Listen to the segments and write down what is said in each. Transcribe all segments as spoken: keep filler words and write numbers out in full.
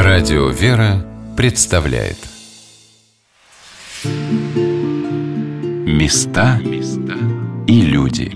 Радио «Вера» представляет Места и люди.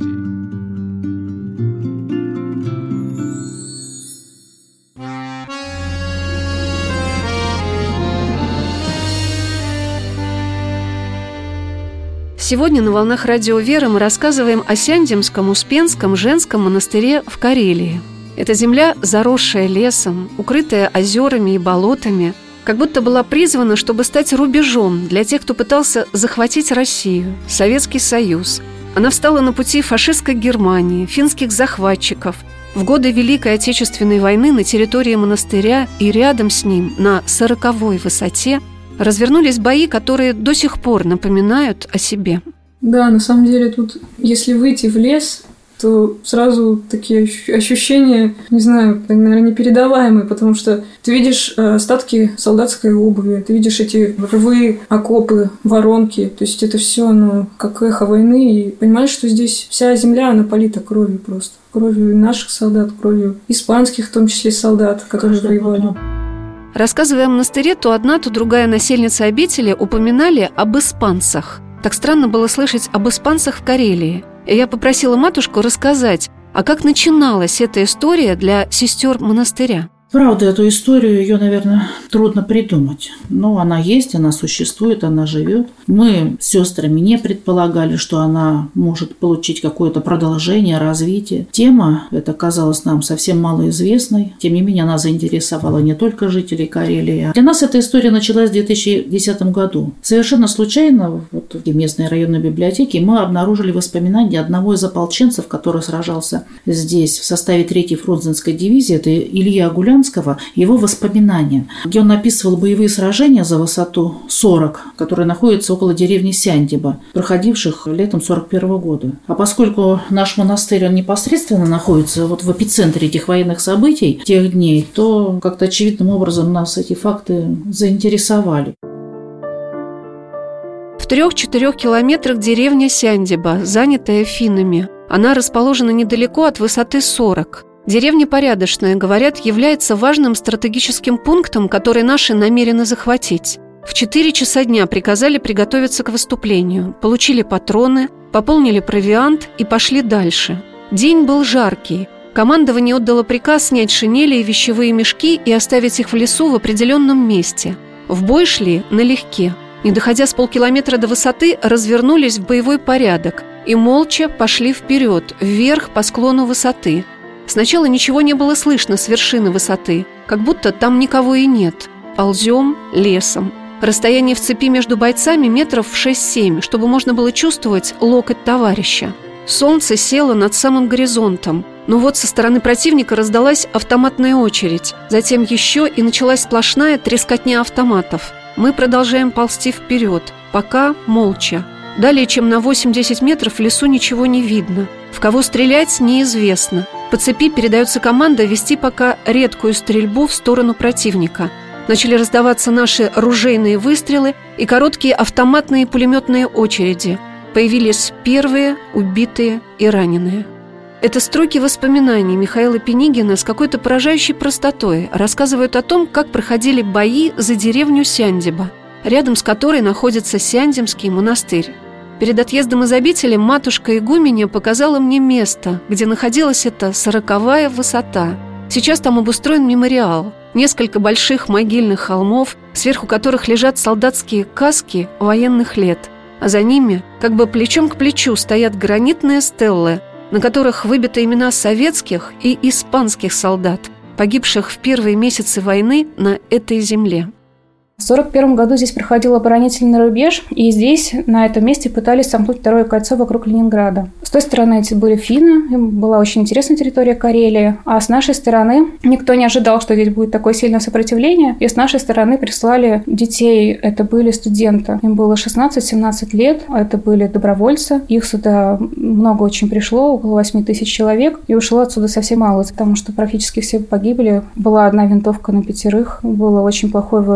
Сегодня на волнах Радио «Вера» мы рассказываем о Сяндемском Успенском женском монастыре в Карелии. Эта земля, заросшая лесом, укрытая озерами и болотами, как будто была призвана, чтобы стать рубежом для тех, кто пытался захватить Россию, Советский Союз. Она встала на пути фашистской Германии, финских захватчиков. В годы Великой Отечественной войны на территории монастыря и рядом с ним, на сороковой высоте, развернулись бои, которые до сих пор напоминают о себе. Да, на самом деле тут, если выйти в лес, то сразу такие ощущения, не знаю, наверное, непередаваемые, потому что ты видишь остатки солдатской обуви, ты видишь эти рвы, окопы, воронки, то есть это все, ну, как эхо войны, и понимаешь, что здесь вся земля, она полита кровью просто, кровью наших солдат, кровью испанских, в том числе солдат, которые воевали. Рассказывая о монастыре, то одна, то другая насельница обители упоминали об испанцах. Так странно было слышать об испанцах в Карелии. И я попросила матушку рассказать, а как начиналась эта история для сестер монастыря. Правда, эту историю, ее, наверное, трудно придумать. Но она есть, она существует, она живет. Мы с сестрами не предполагали, что она может получить какое-то продолжение, развитие. Тема эта казалась нам совсем малоизвестной. Тем не менее, она заинтересовала не только жителей Карелии. Для нас эта история началась в две тысячи десятом году. Совершенно случайно вот в местной районной библиотеке мы обнаружили воспоминания одного из ополченцев, который сражался здесь в составе третьей фрунзенской дивизии. Это Илья Гулянский. Его воспоминания, где он описывал боевые сражения за высоту сорок, которые находятся около деревни Сяндеба, проходивших летом сорок первого года. А поскольку наш монастырь, он непосредственно находится вот в эпицентре этих военных событий тех дней, то как-то очевидным образом нас эти факты заинтересовали. В трех-четырех километрах деревня Сяндеба, занятая финнами. Она расположена недалеко от высоты сорок. Деревня порядочная, говорят, является важным стратегическим пунктом, который наши намерены захватить. В четыре часа дня приказали приготовиться к выступлению, получили патроны, пополнили провиант и пошли дальше. День был жаркий. Командование отдало приказ снять шинели и вещевые мешки и оставить их в лесу в определенном месте. В бой шли налегке. Не доходя с полкилометра до высоты, развернулись в боевой порядок и молча пошли вперед, вверх по склону высоты. Сначала ничего не было слышно с вершины высоты, как будто там никого и нет. Ползем лесом. Расстояние в цепи между бойцами метров в шесть-семь, чтобы можно было чувствовать локоть товарища. Солнце село над самым горизонтом. Но вот со стороны противника раздалась автоматная очередь. Затем еще и началась сплошная трескотня автоматов. Мы продолжаем ползти вперед, пока молча. Далее, чем на восемь-десять метров в лесу ничего не видно. В кого стрелять, неизвестно. По цепи передается команда вести пока редкую стрельбу в сторону противника. Начали раздаваться наши ружейные выстрелы и короткие автоматные пулеметные очереди. Появились первые убитые и раненые. Это строки воспоминаний Михаила Пенигина с какой-то поражающей простотой рассказывают о том, как проходили бои за деревню Сяндеба, рядом с которой находится Сяндемский монастырь. Перед отъездом из обители матушка игуменя показала мне место, где находилась эта сороковая высота. Сейчас там обустроен мемориал. Несколько больших могильных холмов, сверху которых лежат солдатские каски военных лет. А за ними, как бы плечом к плечу, стоят гранитные стеллы, на которых выбиты имена советских и испанских солдат, погибших в первые месяцы войны на этой земле. В сорок первом году здесь проходил оборонительный рубеж, и здесь, на этом месте, пытались сомкнуть второе кольцо вокруг Ленинграда. С той стороны эти были финны, была очень интересная территория Карелии, а с нашей стороны никто не ожидал, что здесь будет такое сильное сопротивление, и с нашей стороны прислали детей, это были студенты. Им было шестнадцать-семнадцать лет, это были добровольцы, их сюда много очень пришло, около восемь тысяч человек, и ушло отсюда совсем мало, потому что практически все погибли. Была одна винтовка на пятерых, было очень плохое вооружение,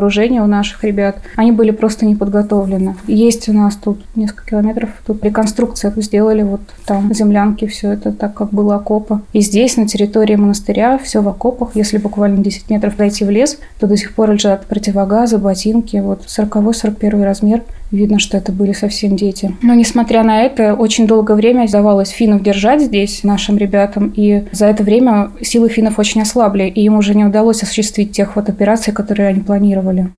наших ребят, они были просто не подготовлены. Есть у нас тут несколько километров, тут реконструкция сделали, вот там землянки, все это так, как было окопы. И здесь, на территории монастыря, все в окопах. Если буквально десять метров пройти в лес, то до сих пор лежат противогазы, ботинки, вот сороковой сорок первый размер. Видно, что это были совсем дети. Но, несмотря на это, очень долгое время удавалось финнов держать здесь, нашим ребятам, и за это время силы финнов очень ослабли, и им уже не удалось осуществить тех вот операций, которые они планировали.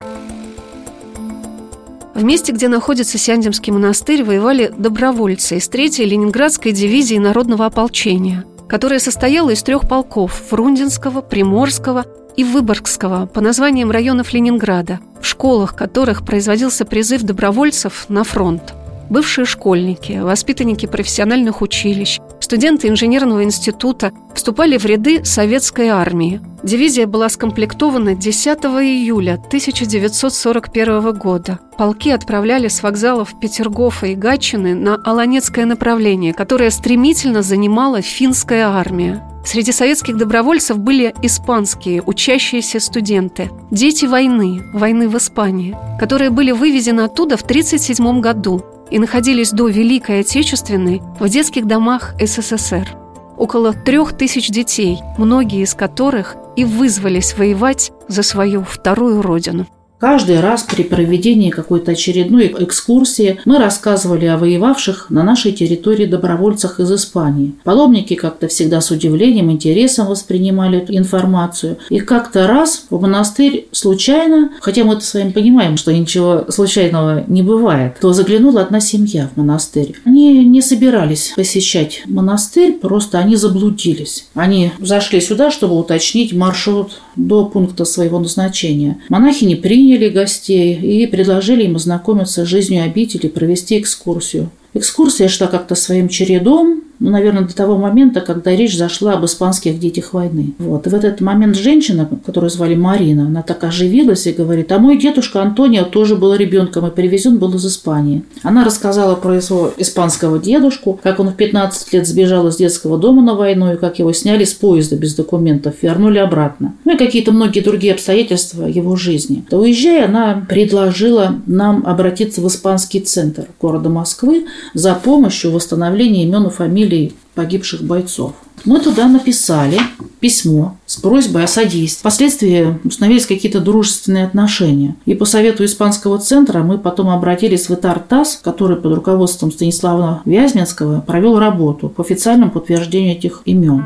В месте, где находится Сяндемский монастырь, воевали добровольцы из третьей Ленинградской дивизии народного ополчения, которая состояла из трех полков – Фрунзенского, Приморского и Выборгского, по названиям районов Ленинграда, в школах которых производился призыв добровольцев на фронт. Бывшие школьники, воспитанники профессиональных училищ, студенты инженерного института вступали в ряды советской армии. Дивизия была скомплектована десятого июля тысяча девятьсот сорок первого года. Полки отправляли с вокзалов Петергофа и Гатчины на Аланецкое направление, которое стремительно занимала финская армия. Среди советских добровольцев были испанские учащиеся студенты, дети войны, войны в Испании, которые были вывезены оттуда в тысяча девятьсот тридцать седьмом году и находились до Великой Отечественной в детских домах СССР. Около трех тысяч детей, многие из которых и вызвались воевать за свою вторую родину. Каждый раз при проведении какой-то очередной экскурсии мы рассказывали о воевавших на нашей территории добровольцах из Испании. Паломники как-то всегда с удивлением, интересом воспринимали эту информацию. И как-то раз в монастырь случайно, хотя мы это с вами понимаем, что ничего случайного не бывает, то заглянула одна семья в монастырь. Они не собирались посещать монастырь, просто они заблудились. Они зашли сюда, чтобы уточнить маршрут до пункта своего назначения. Монахини приняли гостей и предложили им ознакомиться с жизнью обители, провести экскурсию. Экскурсия шла как-то своим чередом, ну, наверное, до того момента, когда речь зашла об испанских детях войны. Вот. И в этот момент женщина, которую звали Марина, она так оживилась и говорит: а мой дедушка Антонио тоже был ребенком и привезен был из Испании. Она рассказала про своего испанского дедушку, как он в пятнадцать лет сбежал из детского дома на войну, и как его сняли с поезда без документов и вернули обратно. Ну и какие-то многие другие обстоятельства его жизни. То, уезжая, она предложила нам обратиться в испанский центр города Москвы за помощью в восстановлении имен и фамилий погибших бойцов. Мы туда написали письмо с просьбой о содействии. Впоследствии установились какие-то дружественные отношения. И по совету испанского центра мы потом обратились в ИТАР-ТАСС, который под руководством Станислава Вяземского провел работу по официальному подтверждению этих имен.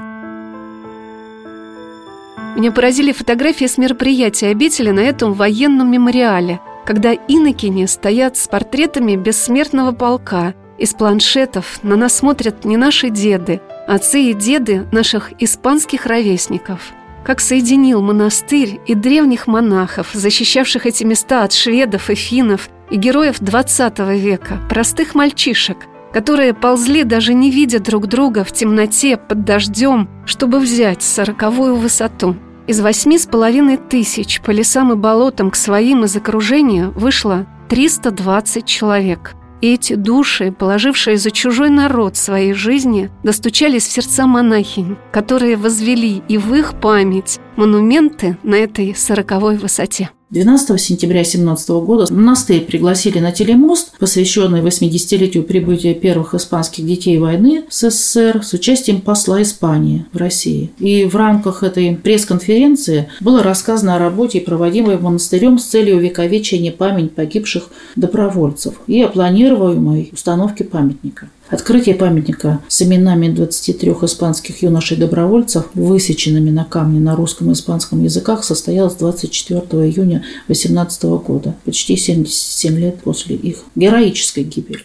Меня поразили фотографии с мероприятия обители на этом военном мемориале, когда инокини стоят с портретами бессмертного полка. Из планшетов на нас смотрят не наши деды, а отцы и деды наших испанских ровесников. Как соединил монастырь и древних монахов, защищавших эти места от шведов и финнов, и героев двадцатого века, простых мальчишек, которые ползли, даже не видя друг друга, в темноте, под дождем, чтобы взять сороковую высоту. Из восьми с половиной тысяч по лесам и болотам к своим из окружения вышло триста двадцать человек. И эти души, положившие за чужой народ своей жизни, достучались в сердца монахинь, которые возвели и в их память монументы на этой сороковой высоте. двенадцатого сентября тысяча девятьсот семнадцатого года монастырь пригласили на телемост, посвященный восьмидесятилетию прибытия первых испанских детей войны в СССР, с участием посла Испании в России. И в рамках этой пресс-конференции было рассказано о работе, проводимой монастырем с целью увековечения памяти погибших добровольцев и о планируемой установке памятника. Открытие памятника с именами двадцати трёх испанских юношей-добровольцев, высеченными на камне на русском и испанском языках, состоялось двадцать четвёртого июня две тысячи восемнадцатого года, почти семьдесят семь лет после их героической гибели.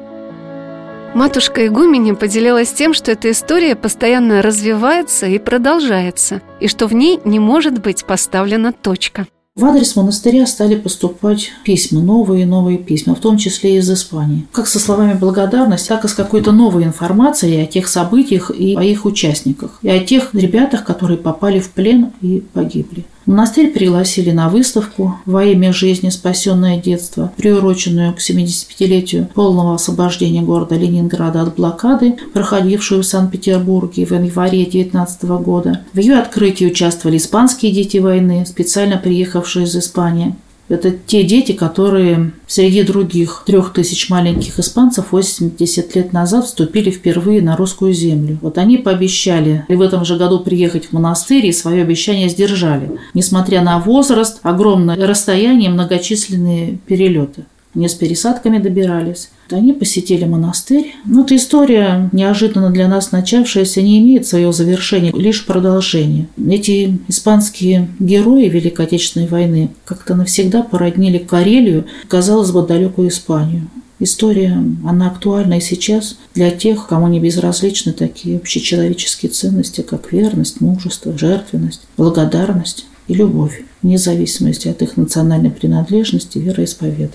Матушка игуменя поделилась тем, что эта история постоянно развивается и продолжается, и что в ней не может быть поставлена точка. В адрес монастыря стали поступать письма, новые и новые письма, в том числе и из Испании. Как со словами благодарности, так и с какой-то новой информацией о тех событиях и о их участниках, и о тех ребятах, которые попали в плен и погибли. Монастырь пригласили на выставку «Во имя жизни. Спасенное детство», приуроченную к семидесятипятилетию полного освобождения города Ленинграда от блокады, проходившую в Санкт-Петербурге в январе две тысячи девятнадцатого года. В ее открытии участвовали испанские дети войны, специально приехавшие из Испании. Это те дети, которые среди других трех тысяч маленьких испанцев восемьдесят лет назад вступили впервые на русскую землю. Вот они пообещали в этом же году приехать в монастырь и свое обещание сдержали. Несмотря на возраст, огромное расстояние, многочисленные перелеты. Они с пересадками добирались. Они посетили монастырь. Но эта история, неожиданно для нас начавшаяся, не имеет своего завершения, лишь продолжение. Эти испанские герои Великой Отечественной войны как-то навсегда породнили Карелию, казалось бы, далекую Испанию. История, она актуальна и сейчас для тех, кому не безразличны такие общечеловеческие ценности, как верность, мужество, жертвенность, благодарность и любовь, вне зависимости от их национальной принадлежности и вероисповедания.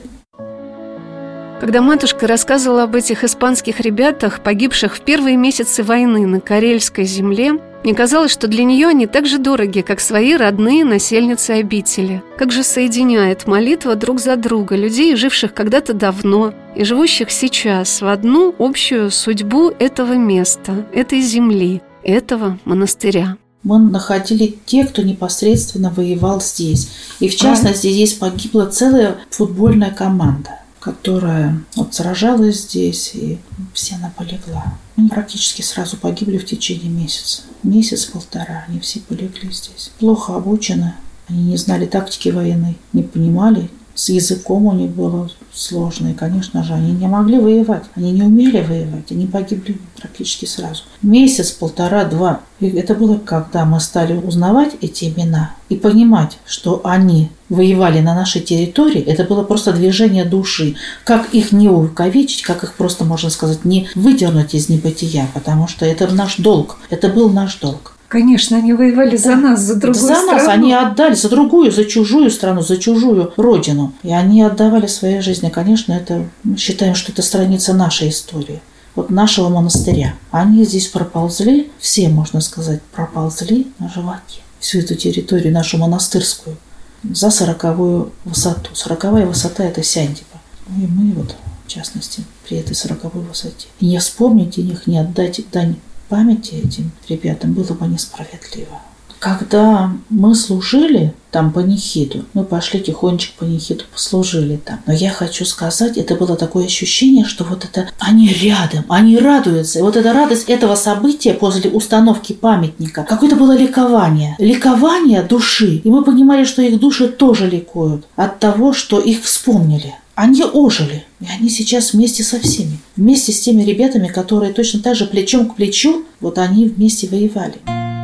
Когда матушка рассказывала об этих испанских ребятах, погибших в первые месяцы войны на карельской земле, мне казалось, что для нее они так же дороги, как свои родные насельницы обители. Как же соединяет молитва друг за друга людей, живших когда-то давно и живущих сейчас в одну общую судьбу этого места, этой земли, этого монастыря. Мы находили те, кто непосредственно воевал здесь. И в частности, здесь погибла целая футбольная команда, которая вот сражалась здесь, и все она полегла. Они практически сразу погибли в течение месяца. Месяц-полтора они все полегли здесь. Плохо обучены, они не знали тактики войны, не понимали. С языком у них было сложно, и, конечно же, они не могли воевать. Они не умели воевать, они погибли практически сразу. Месяц, полтора, два. И это было, когда мы стали узнавать эти имена и понимать, что они воевали на нашей территории. Это было просто движение души. Как их не увековечить, как их просто, можно сказать, не выдернуть из небытия, потому что это наш долг. Это был наш долг. Конечно, они воевали за нас, за другую за страну. За нас они отдали, за другую, за чужую страну, за чужую родину. И они отдавали свои жизни. Конечно, это, мы считаем, что это страница нашей истории. Вот нашего монастыря. Они здесь проползли, все, можно сказать, проползли на животе. Всю эту территорию, нашу монастырскую, за сороковую высоту. Сороковая высота – это Сяндиба. Ну и мы вот, в частности, при этой сороковой высоте. И не вспомнить их, не отдать дань памяти этим ребятам было бы несправедливо. Когда мы служили там панихиду, мы пошли тихонечко панихиду послужили там. Но я хочу сказать, это было такое ощущение, что вот это они рядом, они радуются. И вот эта радость этого события после установки памятника, какое-то было ликование. Ликование души. И мы понимали, что их души тоже ликуют от того, что их вспомнили. Они ожили, и они сейчас вместе со всеми. Вместе с теми ребятами, которые точно так же плечом к плечу, вот они вместе воевали.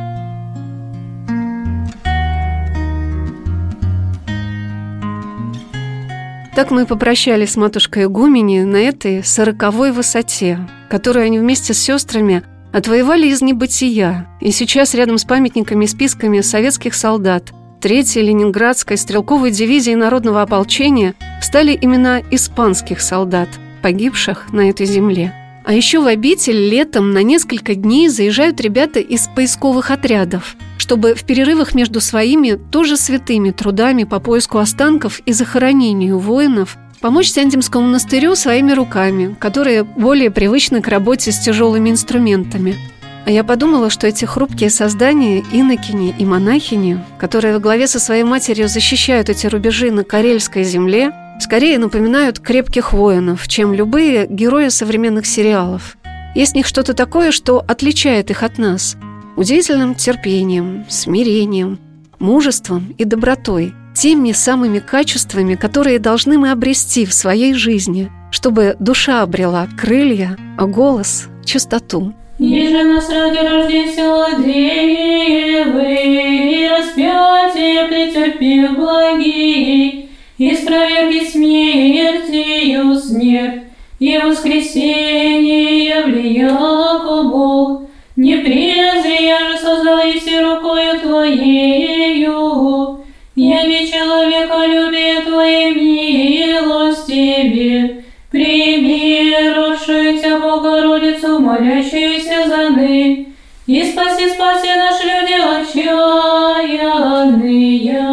Так мы попрощались с матушкой Игумени на этой сороковой высоте, которую они вместе с сестрами отвоевали из небытия. И сейчас рядом с памятниками и списками советских солдат третьей Ленинградской стрелковой дивизии народного ополчения стали имена испанских солдат, погибших на этой земле. А еще в обитель летом на несколько дней заезжают ребята из поисковых отрядов, чтобы в перерывах между своими тоже святыми трудами по поиску останков и захоронению воинов помочь Сяндимскому монастырю своими руками, которые более привычны к работе с тяжелыми инструментами. А я подумала, что эти хрупкие создания, инокини и монахини, которые во главе со своей матерью защищают эти рубежи на карельской земле, скорее напоминают крепких воинов, чем любые герои современных сериалов. Есть в них что-то такое, что отличает их от нас. Удивительным терпением, смирением, мужеством и добротой. Теми самыми качествами, которые должны мы обрести в своей жизни, чтобы душа обрела крылья, а голос – чистоту. Еже нас ради рождения девы, и распятие претерпев благие, и спроверги смертью смерть, и воскресение являко Бог, не презри, я же создал еси рукою Твоею, яви человека любие Твоей милостиве, прими рожшуюся Богородицу, молящуюся за ны, и спаси, спаси наши люди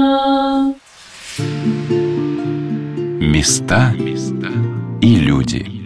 отчаянные. Места и люди.